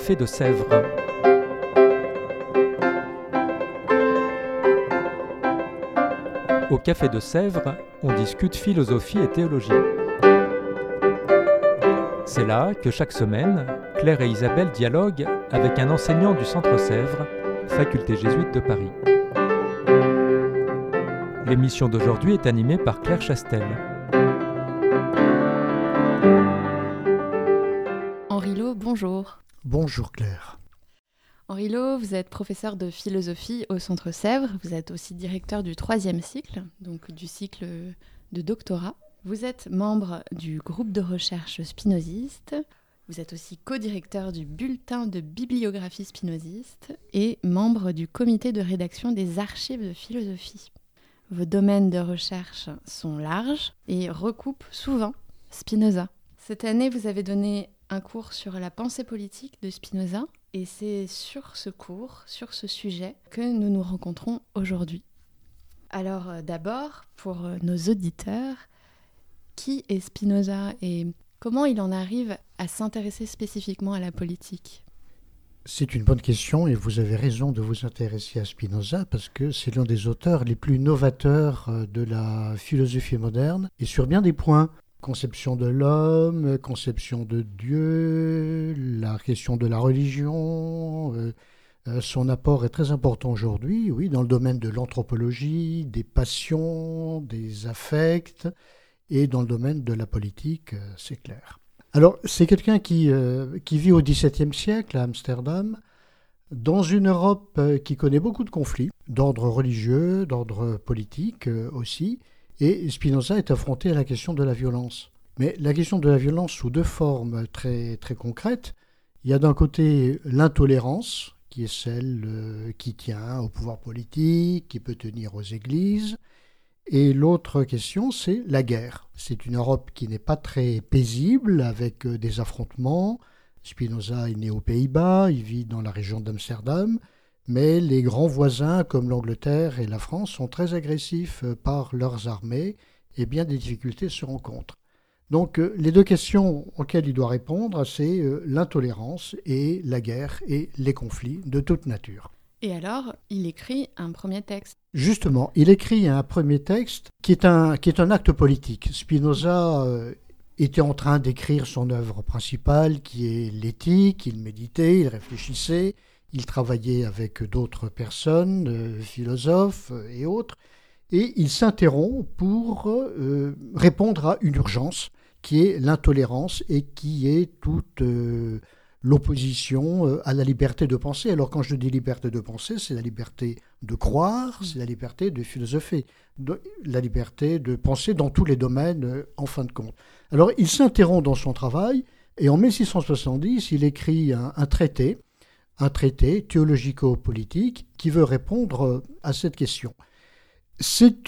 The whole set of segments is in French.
Café de Sèvres. Au Café de Sèvres, on discute philosophie et théologie. C'est là que chaque semaine, Claire et Isabelle dialoguent avec un enseignant du Centre Sèvres, faculté jésuite de Paris. L'émission d'aujourd'hui est animée par Claire Chastel. Henri Lot, bonjour. Bonjour Claire. Henri Lot, vous êtes professeur de philosophie au Centre Sèvres. Vous êtes aussi directeur du 3e cycle, donc du cycle de doctorat. Vous êtes membre du groupe de recherche spinoziste. Vous êtes aussi co-directeur du bulletin de bibliographie spinoziste et membre du comité de rédaction des archives de philosophie. Vos domaines de recherche sont larges et recoupent souvent Spinoza. Cette année, vous avez donné un cours sur la pensée politique de Spinoza et c'est sur ce cours, sur ce sujet, que nous nous rencontrons aujourd'hui. Alors d'abord, pour nos auditeurs, qui est Spinoza et comment il en arrive à s'intéresser spécifiquement à la politique ? C'est une bonne question et vous avez raison de vous intéresser à Spinoza parce que c'est l'un des auteurs les plus novateurs de la philosophie moderne et sur bien des points. Conception de l'homme, conception de Dieu, la question de la religion. Son apport est très important aujourd'hui, oui, dans le domaine de l'anthropologie, des passions, des affects et dans le domaine de la politique, c'est clair. Alors, c'est quelqu'un qui vit au XVIIe siècle à Amsterdam, dans une Europe qui connaît beaucoup de conflits, d'ordre religieux, d'ordre politique aussi, et Spinoza est affronté à la question de la violence. Mais la question de la violence sous deux formes très, très concrètes. Il y a d'un côté l'intolérance, qui est celle qui tient au pouvoir politique, qui peut tenir aux églises, et l'autre question, c'est la guerre. C'est une Europe qui n'est pas très paisible, avec des affrontements. Spinoza est né aux Pays-Bas, il vit dans la région d'Amsterdam, mais les grands voisins comme l'Angleterre et la France sont très agressifs par leurs armées et bien des difficultés se rencontrent. Donc les deux questions auxquelles il doit répondre, c'est l'intolérance et la guerre et les conflits de toute nature. Et alors, il écrit un premier texte. Justement, il écrit un premier texte qui est un acte politique. Spinoza était en train d'écrire son œuvre principale, qui est l'éthique. Il méditait, il réfléchissait, il travaillait avec d'autres personnes, philosophes et autres, et il s'interrompt pour répondre à une urgence qui est l'intolérance et qui est toute l'opposition à la liberté de penser. Alors quand je dis liberté de penser, c'est la liberté de croire, c'est la liberté de philosopher, la liberté de penser dans tous les domaines en fin de compte. Alors il s'interrompt dans son travail et en 1670, il écrit un traité théologico-politique qui veut répondre à cette question. C'est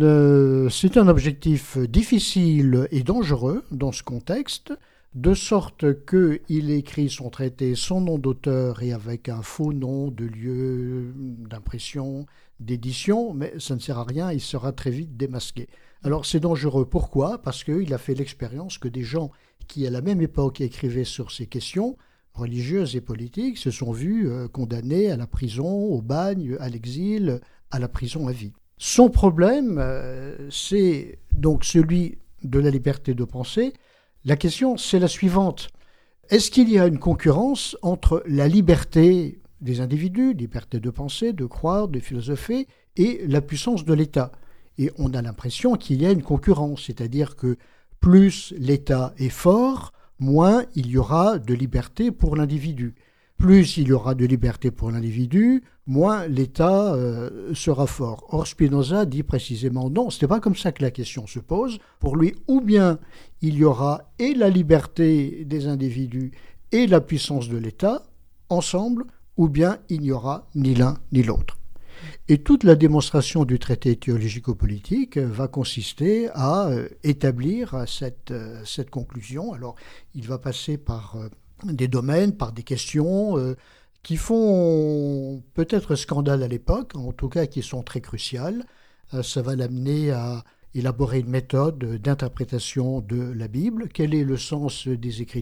un objectif difficile et dangereux dans ce contexte, de sorte qu'il écrit son traité sans nom d'auteur et avec un faux nom de lieu d'impression, d'édition, mais ça ne sert à rien, il sera très vite démasqué. Alors c'est dangereux, pourquoi ? Parce qu'il a fait l'expérience que des gens qui à la même époque écrivaient sur ces questions religieuses et politiques se sont vus condamnés à la prison, au bagne, à l'exil, à la prison à vie. Son problème, c'est donc celui de la liberté de penser. La question, c'est la suivante. Est-ce qu'il y a une concurrence entre la liberté des individus, liberté de penser, de croire, de philosopher, et la puissance de l'État ? Et on a l'impression qu'il y a une concurrence, c'est-à-dire que plus l'État est fort, moins il y aura de liberté pour l'individu. Plus il y aura de liberté pour l'individu, moins l'État sera fort. Or, Spinoza dit précisément non, ce n'est pas comme ça que la question se pose. Pour lui, ou bien il y aura et la liberté des individus et la puissance de l'État ensemble, ou bien il n'y aura ni l'un ni l'autre. Et toute la démonstration du traité théologico-politique va consister à établir cette conclusion. Alors, il va passer par des domaines, par des questions qui font peut-être scandale à l'époque, en tout cas qui sont très cruciales. Ça va l'amener à élaborer une méthode d'interprétation de la Bible. Quel est le sens des Écritures ?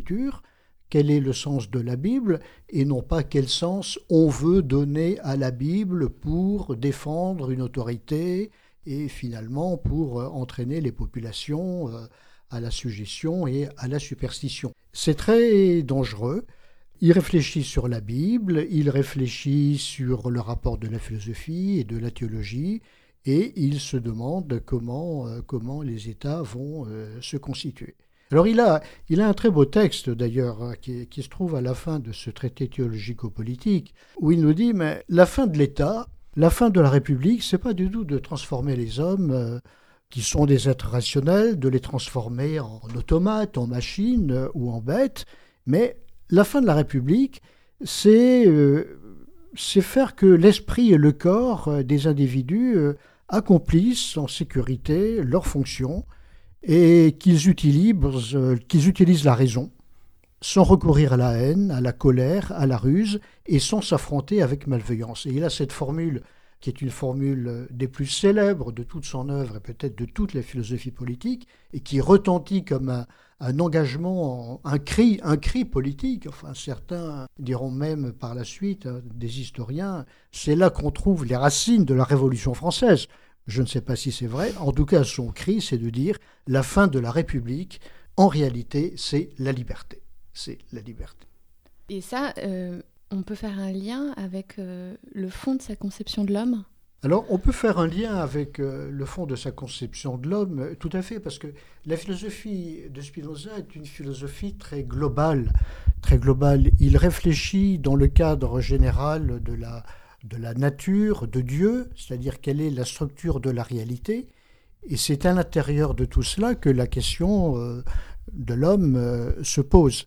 quel est le sens de la Bible et non pas quel sens on veut donner à la Bible pour défendre une autorité et finalement pour entraîner les populations à la suggestion et à la superstition. C'est très dangereux. Il réfléchit sur la Bible, il réfléchit sur le rapport de la philosophie et de la théologie, et il se demande comment les États vont se constituer. Alors il a un très beau texte d'ailleurs qui se trouve à la fin de ce traité théologico-politique, où il nous dit, mais la fin de l'État, la fin de la République, c'est pas du tout de transformer les hommes qui sont des êtres rationnels, de les transformer en automates, en machines ou en bêtes, mais la fin de la République, c'est faire que l'esprit et le corps des individus accomplissent en sécurité leurs fonctions et qu'ils utilisent la raison sans recourir à la haine, à la colère, à la ruse et sans s'affronter avec malveillance. Et il a cette formule qui est une formule des plus célèbres de toute son œuvre et peut-être de toute la philosophie politique et qui retentit comme un engagement, un cri politique. Enfin, certains diront même par la suite, des historiens, c'est là qu'on trouve les racines de la Révolution française. Je ne sais pas si c'est vrai. En tout cas, son cri, c'est de dire la fin de la République, en réalité, c'est la liberté. C'est la liberté. Et ça, on peut faire un lien avec le fond de sa conception de l'homme ? Alors, on peut faire un lien avec le fond de sa conception de l'homme, tout à fait, parce que la philosophie de Spinoza est une philosophie très globale. Très globale. Il réfléchit dans le cadre général de la nature, de Dieu, c'est-à-dire quelle est la structure de la réalité, et c'est à l'intérieur de tout cela que la question de l'homme se pose.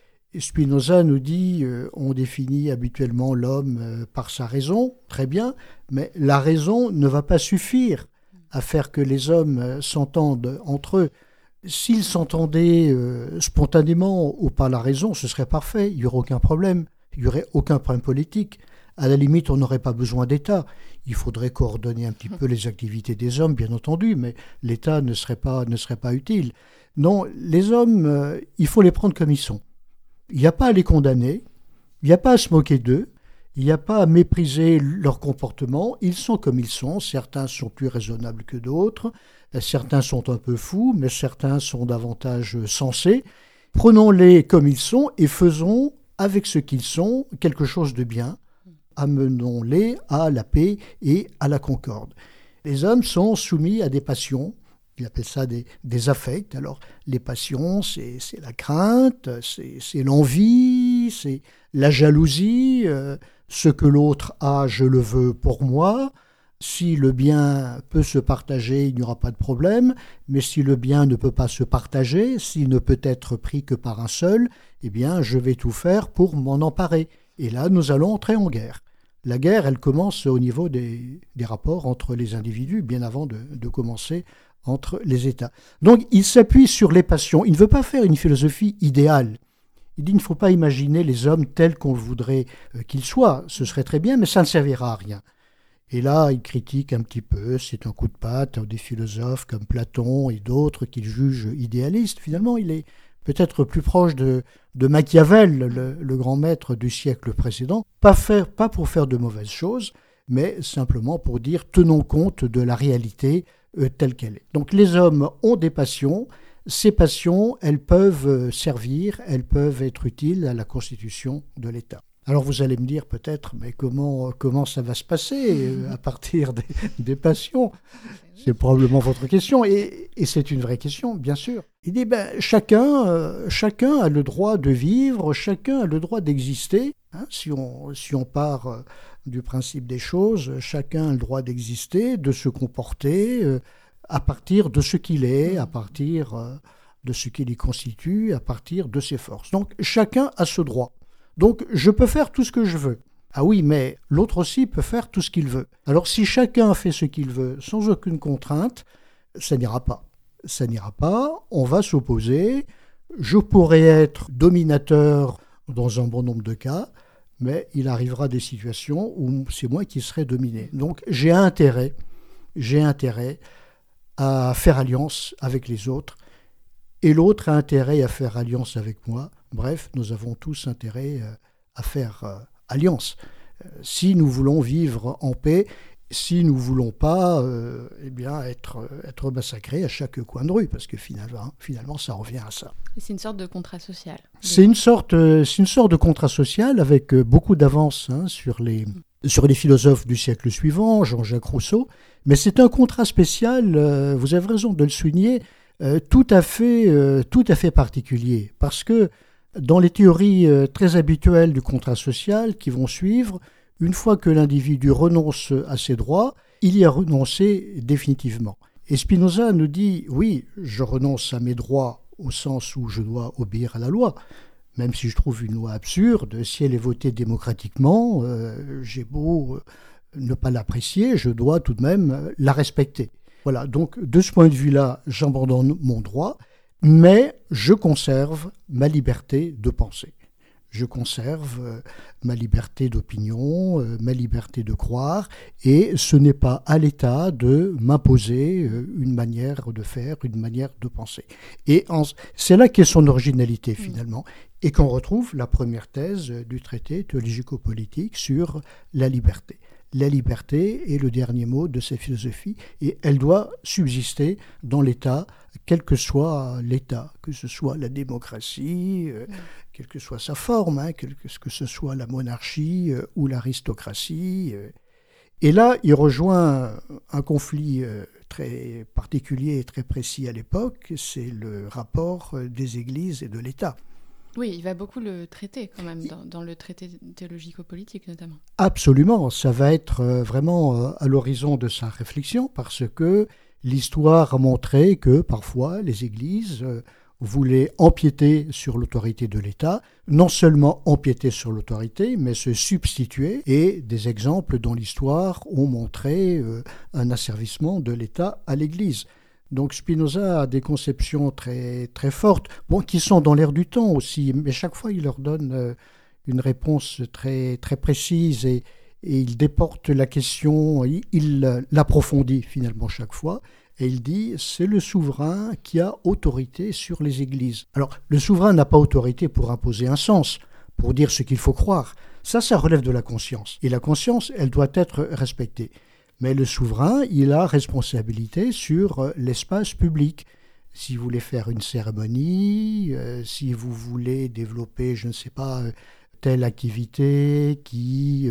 Spinoza nous dit on définit habituellement l'homme par sa raison, très bien, mais la raison ne va pas suffire à faire que les hommes s'entendent entre eux. S'ils s'entendaient spontanément ou par la raison, ce serait parfait, il n'y aurait aucun problème, il n'y aurait aucun problème politique. À la limite, on n'aurait pas besoin d'État. Il faudrait coordonner un petit peu les activités des hommes, bien entendu, mais l'État ne serait pas utile. Non, les hommes, il faut les prendre comme ils sont. Il n'y a pas à les condamner, il n'y a pas à se moquer d'eux, il n'y a pas à mépriser leur comportement. Ils sont comme ils sont. Certains sont plus raisonnables que d'autres, certains sont un peu fous, mais certains sont davantage sensés. Prenons-les comme ils sont et faisons avec ce qu'ils sont quelque chose de bien. Amenons-les à la paix et à la concorde. Les hommes sont soumis à des passions. Il appelle ça des affects. Alors, les passions, c'est la crainte, c'est l'envie, c'est la jalousie. Ce que l'autre a, je le veux pour moi. Si le bien peut se partager, il n'y aura pas de problème. Mais si le bien ne peut pas se partager, s'il ne peut être pris que par un seul, eh bien, je vais tout faire pour m'en emparer. Et là, nous allons entrer en guerre. La guerre, elle commence au niveau des rapports entre les individus, bien avant de commencer entre les États. Donc, il s'appuie sur les passions. Il ne veut pas faire une philosophie idéale. Il dit qu'il ne faut pas imaginer les hommes tels qu'on voudrait qu'ils soient. Ce serait très bien, mais ça ne servira à rien. Et là, il critique un petit peu, c'est un coup de patte, des philosophes comme Platon et d'autres qu'il juge idéalistes. Finalement, il est peut-être plus proche de Machiavel, le grand maître du siècle précédent. Pas pour faire de mauvaises choses, mais simplement pour dire tenons compte de la réalité telle qu'elle est. Donc les hommes ont des passions. Ces passions, elles peuvent servir, elles peuvent être utiles à la constitution de l'État. Alors vous allez me dire peut-être, mais comment ça va se passer à partir des passions ? C'est probablement votre question, et c'est une vraie question, bien sûr. Il dit, chacun a le droit de vivre, chacun a le droit d'exister. Hein, si on part du principe des choses, chacun a le droit d'exister, de se comporter à partir de ce qu'il est, à partir de ce qui les constitue, à partir de ses forces. Donc chacun a ce droit. Donc je peux faire tout ce que je veux. Ah oui, mais l'autre aussi peut faire tout ce qu'il veut. Alors si chacun fait ce qu'il veut sans aucune contrainte, ça n'ira pas. Ça n'ira pas, on va s'opposer. Je pourrais être dominateur dans un bon nombre de cas, mais il arrivera des situations où c'est moi qui serai dominé. Donc j'ai intérêt à faire alliance avec les autres, et l'autre a intérêt à faire alliance avec moi, Bref, nous avons tous intérêt à faire alliance. Si nous voulons vivre en paix, si nous ne voulons pas être massacrés à chaque coin de rue, parce que finalement ça revient à ça. C'est une sorte de contrat social. C'est une sorte de contrat social avec beaucoup d'avance sur les philosophes du siècle suivant, Jean-Jacques Rousseau, mais c'est un contrat spécial, vous avez raison de le souligner, tout à fait particulier, parce que dans les théories très habituelles du contrat social qui vont suivre, une fois que l'individu renonce à ses droits, il y a renoncé définitivement. Et Spinoza nous dit, oui, je renonce à mes droits au sens où je dois obéir à la loi, même si je trouve une loi absurde, si elle est votée démocratiquement, j'ai beau ne pas l'apprécier, je dois tout de même la respecter. Voilà, donc de ce point de vue-là, j'abandonne mon droit, mais je conserve ma liberté de penser. Je conserve ma liberté d'opinion, ma liberté de croire, et ce n'est pas à l'État de m'imposer une manière de faire, une manière de penser. Et c'est là qu'est son originalité finalement, et qu'on retrouve la première thèse du traité théologico-politique sur la liberté. La liberté est le dernier mot de sa philosophie, et elle doit subsister dans l'État, quel que soit l'État, que ce soit la démocratie, quelle que soit sa forme, que ce soit la monarchie ou l'aristocratie. Et là, il rejoint un conflit très particulier et très précis à l'époque, c'est le rapport des églises et de l'État. Oui, il va beaucoup le traiter quand même, dans le traité théologico-politique notamment. Absolument, ça va être vraiment à l'horizon de sa réflexion, parce que l'histoire a montré que parfois les églises voulaient empiéter sur l'autorité de l'État, non seulement empiéter sur l'autorité, mais se substituer, et des exemples dans l'histoire ont montré un asservissement de l'État à l'Église. Donc Spinoza a des conceptions très, très fortes, qui sont dans l'air du temps aussi, mais chaque fois il leur donne une réponse très, très précise et il déporte la question, il l'approfondit finalement chaque fois, et il dit c'est le souverain qui a autorité sur les églises. Alors le souverain n'a pas autorité pour imposer un sens, pour dire ce qu'il faut croire. Ça relève de la conscience, et la conscience, elle doit être respectée. Mais le souverain, il a responsabilité sur l'espace public. Si vous voulez faire une cérémonie, si vous voulez développer, je ne sais pas, telle activité qui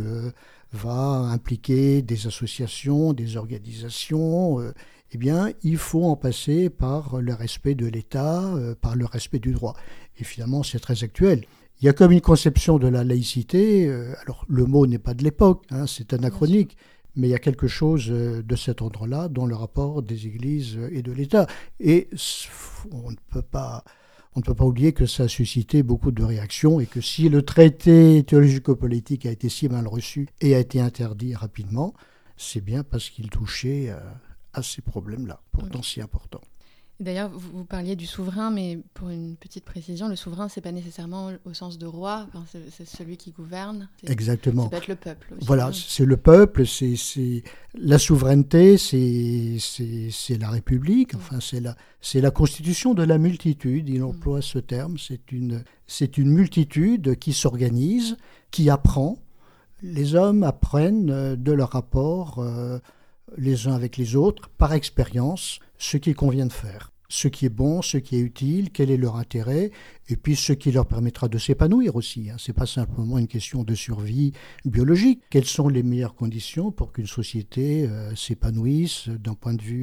va impliquer des associations, des organisations, eh bien, il faut en passer par le respect de l'État, par le respect du droit. Et finalement, c'est très actuel. Il y a comme une conception de la laïcité, alors le mot n'est pas de l'époque, c'est anachronique, mais il y a quelque chose de cet ordre-là dans le rapport des églises et de l'État. Et on ne peut pas oublier que ça a suscité beaucoup de réactions et que si le traité théologico-politique a été si mal reçu et a été interdit rapidement, c'est bien parce qu'il touchait à ces problèmes-là, pourtant si importants. D'ailleurs, vous parliez du souverain, mais pour une petite précision, le souverain, c'est pas nécessairement au sens de roi, c'est celui qui gouverne. Exactement. Ça peut être le peuple aussi. Voilà, c'est le peuple, c'est la souveraineté, c'est la République, enfin c'est la constitution de la multitude, il emploie ce terme, c'est une multitude qui s'organise, qui apprend. Les hommes apprennent de leur rapport les uns avec les autres, par expérience, ce qu'il convient de faire. Ce qui est bon, ce qui est utile, quel est leur intérêt, et puis ce qui leur permettra de s'épanouir aussi. Ce n'est pas simplement une question de survie biologique. Quelles sont les meilleures conditions pour qu'une société s'épanouisse d'un point de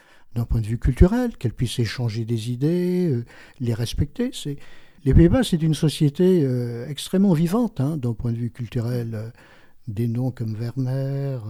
vue culturel, qu'elle puisse échanger des idées, les respecter. Les Pays-Bas, c'est une société extrêmement vivante d'un point de vue culturel. Des noms comme Vermeer,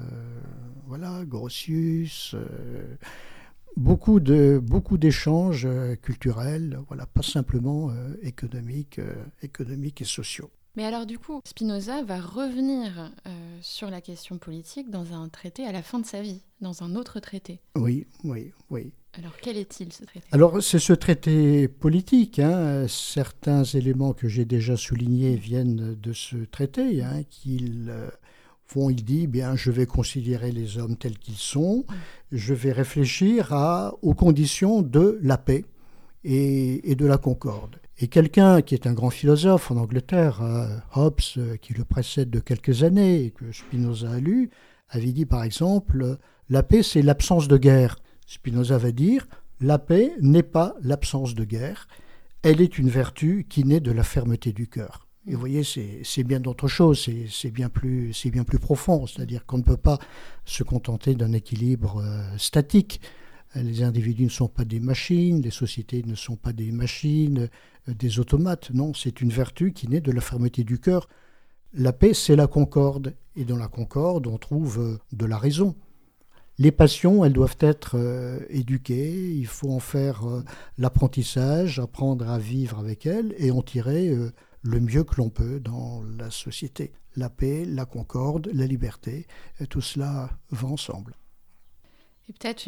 Grotius, beaucoup d'échanges culturels, pas simplement économiques et sociaux. Mais alors du coup, Spinoza va revenir sur la question politique dans un traité à la fin de sa vie, dans un autre traité. Oui. Alors quel est-il ce traité ? Alors c'est ce traité politique. Certains éléments que j'ai déjà soulignés viennent de ce traité. Il dit, je vais considérer les hommes tels qu'ils sont, je vais réfléchir aux conditions de la paix et de la concorde. Et quelqu'un qui est un grand philosophe en Angleterre, Hobbes, qui le précède de quelques années et que Spinoza a lu, avait dit par exemple « La paix, c'est l'absence de guerre ». Spinoza va dire « La paix n'est pas l'absence de guerre, elle est une vertu qui naît de la fermeté du cœur ». Et vous voyez, c'est bien d'autre chose, c'est bien plus profond, c'est-à-dire qu'on ne peut pas se contenter d'un équilibre statique. Les individus ne sont pas des machines, les sociétés ne sont pas des machines, des automates. Non, c'est une vertu qui naît de la fermeté du cœur. La paix, c'est la concorde. Et dans la concorde, on trouve de la raison. Les passions, elles doivent être éduquées. Il faut en faire l'apprentissage, apprendre à vivre avec elles et en tirer le mieux que l'on peut dans la société. La paix, la concorde, la liberté, tout cela va ensemble. Et peut-être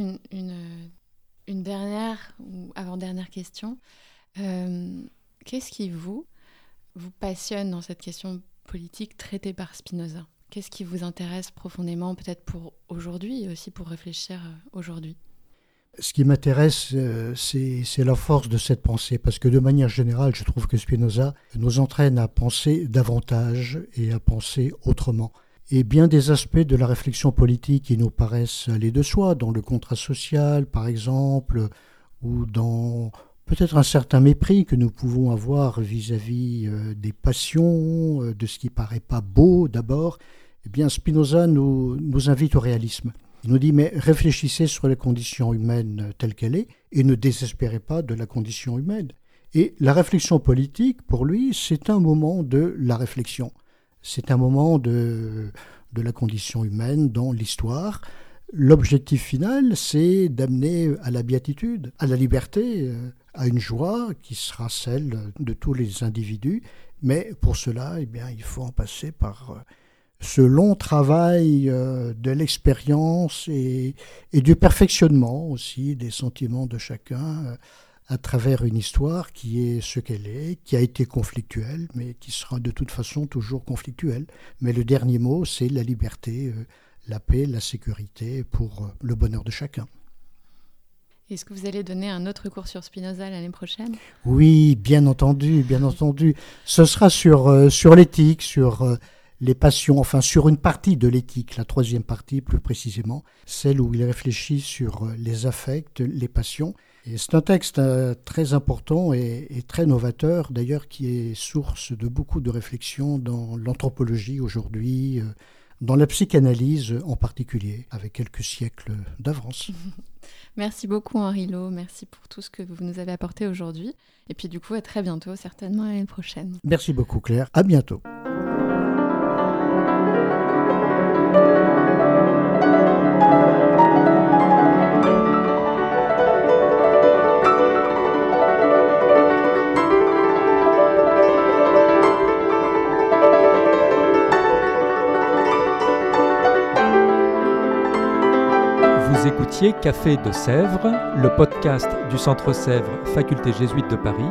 une dernière ou avant-dernière question. Qu'est-ce qui vous passionne dans cette question politique traitée par Spinoza ? Qu'est-ce qui vous intéresse profondément, peut-être pour aujourd'hui et aussi pour réfléchir aujourd'hui ? Ce qui m'intéresse, c'est la force de cette pensée, parce que de manière générale, je trouve que Spinoza nous entraîne à penser davantage et à penser autrement. Et bien des aspects de la réflexion politique qui nous paraissent aller de soi, dans le contrat social par exemple, ou dans peut-être un certain mépris que nous pouvons avoir vis-à-vis des passions, de ce qui paraît pas beau d'abord, eh bien Spinoza nous invite au réalisme. Il nous dit, mais réfléchissez sur la condition humaine telle qu'elle est et ne désespérez pas de la condition humaine. Et la réflexion politique, pour lui, c'est un moment de la réflexion. C'est un moment de la condition humaine dans l'histoire. L'objectif final, c'est d'amener à la béatitude, à la liberté, à une joie qui sera celle de tous les individus. Mais pour cela, eh bien, il faut en passer par ce long travail de l'expérience et du perfectionnement aussi des sentiments de chacun à travers une histoire qui est ce qu'elle est, qui a été conflictuelle, mais qui sera de toute façon toujours conflictuelle. Mais le dernier mot, c'est la liberté, la paix, la sécurité pour le bonheur de chacun. Est-ce que vous allez donner un autre cours sur Spinoza l'année prochaine ? Oui, bien entendu, bien entendu. Ce sera sur l'éthique, sur les passions, enfin sur une partie de l'éthique, la troisième partie plus précisément, celle où il réfléchit sur les affects, les passions. Et c'est un texte très important et très novateur, d'ailleurs, qui est source de beaucoup de réflexions dans l'anthropologie aujourd'hui, dans la psychanalyse en particulier, avec quelques siècles d'avance. Merci beaucoup Henri Lot, merci pour tout ce que vous nous avez apporté aujourd'hui. Et puis du coup, à très bientôt, certainement l'année prochaine. Merci beaucoup Claire, à bientôt. Vous écoutiez Café de Sèvres, le podcast du Centre Sèvres, Faculté jésuite de Paris.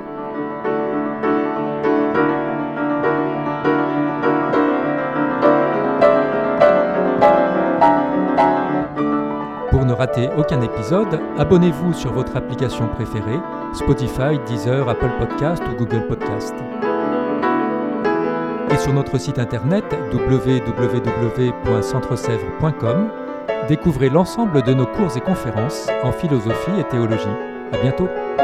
Pour ne rater aucun épisode, abonnez-vous sur votre application préférée, Spotify, Deezer, Apple Podcast ou Google Podcast. Et sur notre site internet www.centresèvres.com, découvrez l'ensemble de nos cours et conférences en philosophie et théologie. À bientôt!